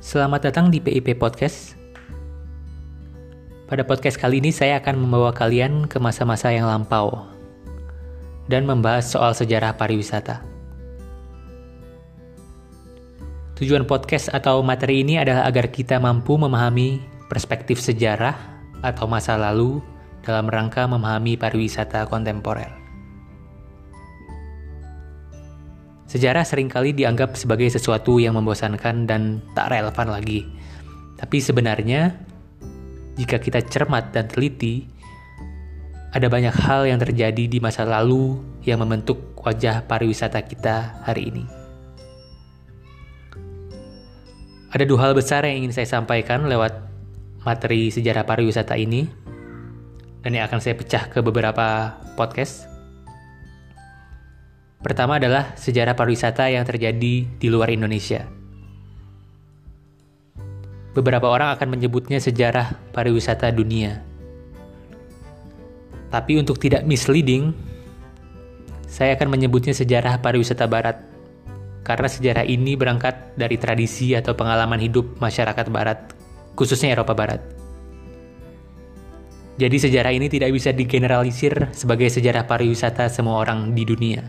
Selamat datang di PIP Podcast. Pada podcast kali ini saya akan membawa kalian ke masa-masa yang lampau dan membahas soal sejarah pariwisata. Tujuan podcast atau materi ini adalah agar kita mampu memahami perspektif sejarah atau masa lalu dalam rangka memahami pariwisata kontemporer. Sejarah seringkali dianggap sebagai sesuatu yang membosankan dan tak relevan lagi. Tapi sebenarnya, jika kita cermat dan teliti, ada banyak hal yang terjadi di masa lalu yang membentuk wajah pariwisata kita hari ini. Ada dua hal besar yang ingin saya sampaikan lewat materi sejarah pariwisata ini, dan yang akan saya pecah ke beberapa podcast. Pertama adalah sejarah pariwisata yang terjadi di luar Indonesia. Beberapa orang akan menyebutnya sejarah pariwisata dunia. Tapi untuk tidak misleading, saya akan menyebutnya sejarah pariwisata barat. Karena sejarah ini berangkat dari tradisi atau pengalaman hidup masyarakat barat, khususnya Eropa Barat. Jadi sejarah ini tidak bisa digeneralisir sebagai sejarah pariwisata semua orang di dunia.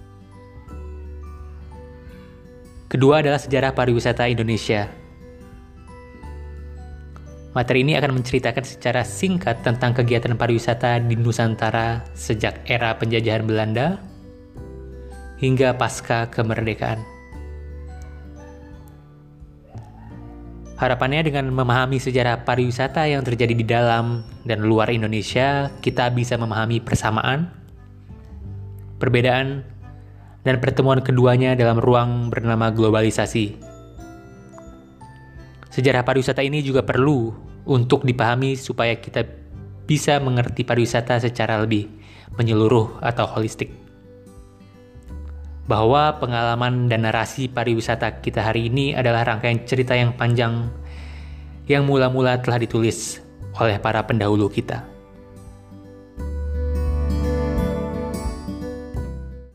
Kedua adalah sejarah pariwisata Indonesia. Materi ini akan menceritakan secara singkat tentang kegiatan pariwisata di Nusantara sejak era penjajahan Belanda hingga pasca kemerdekaan. Harapannya dengan memahami sejarah pariwisata yang terjadi di dalam dan luar Indonesia, kita bisa memahami persamaan, perbedaan, dan pertemuan keduanya dalam ruang bernama globalisasi. Sejarah pariwisata ini juga perlu untuk dipahami supaya kita bisa mengerti pariwisata secara lebih menyeluruh atau holistik. Bahwa pengalaman dan narasi pariwisata kita hari ini adalah rangkaian cerita yang panjang yang mula-mula telah ditulis oleh para pendahulu kita.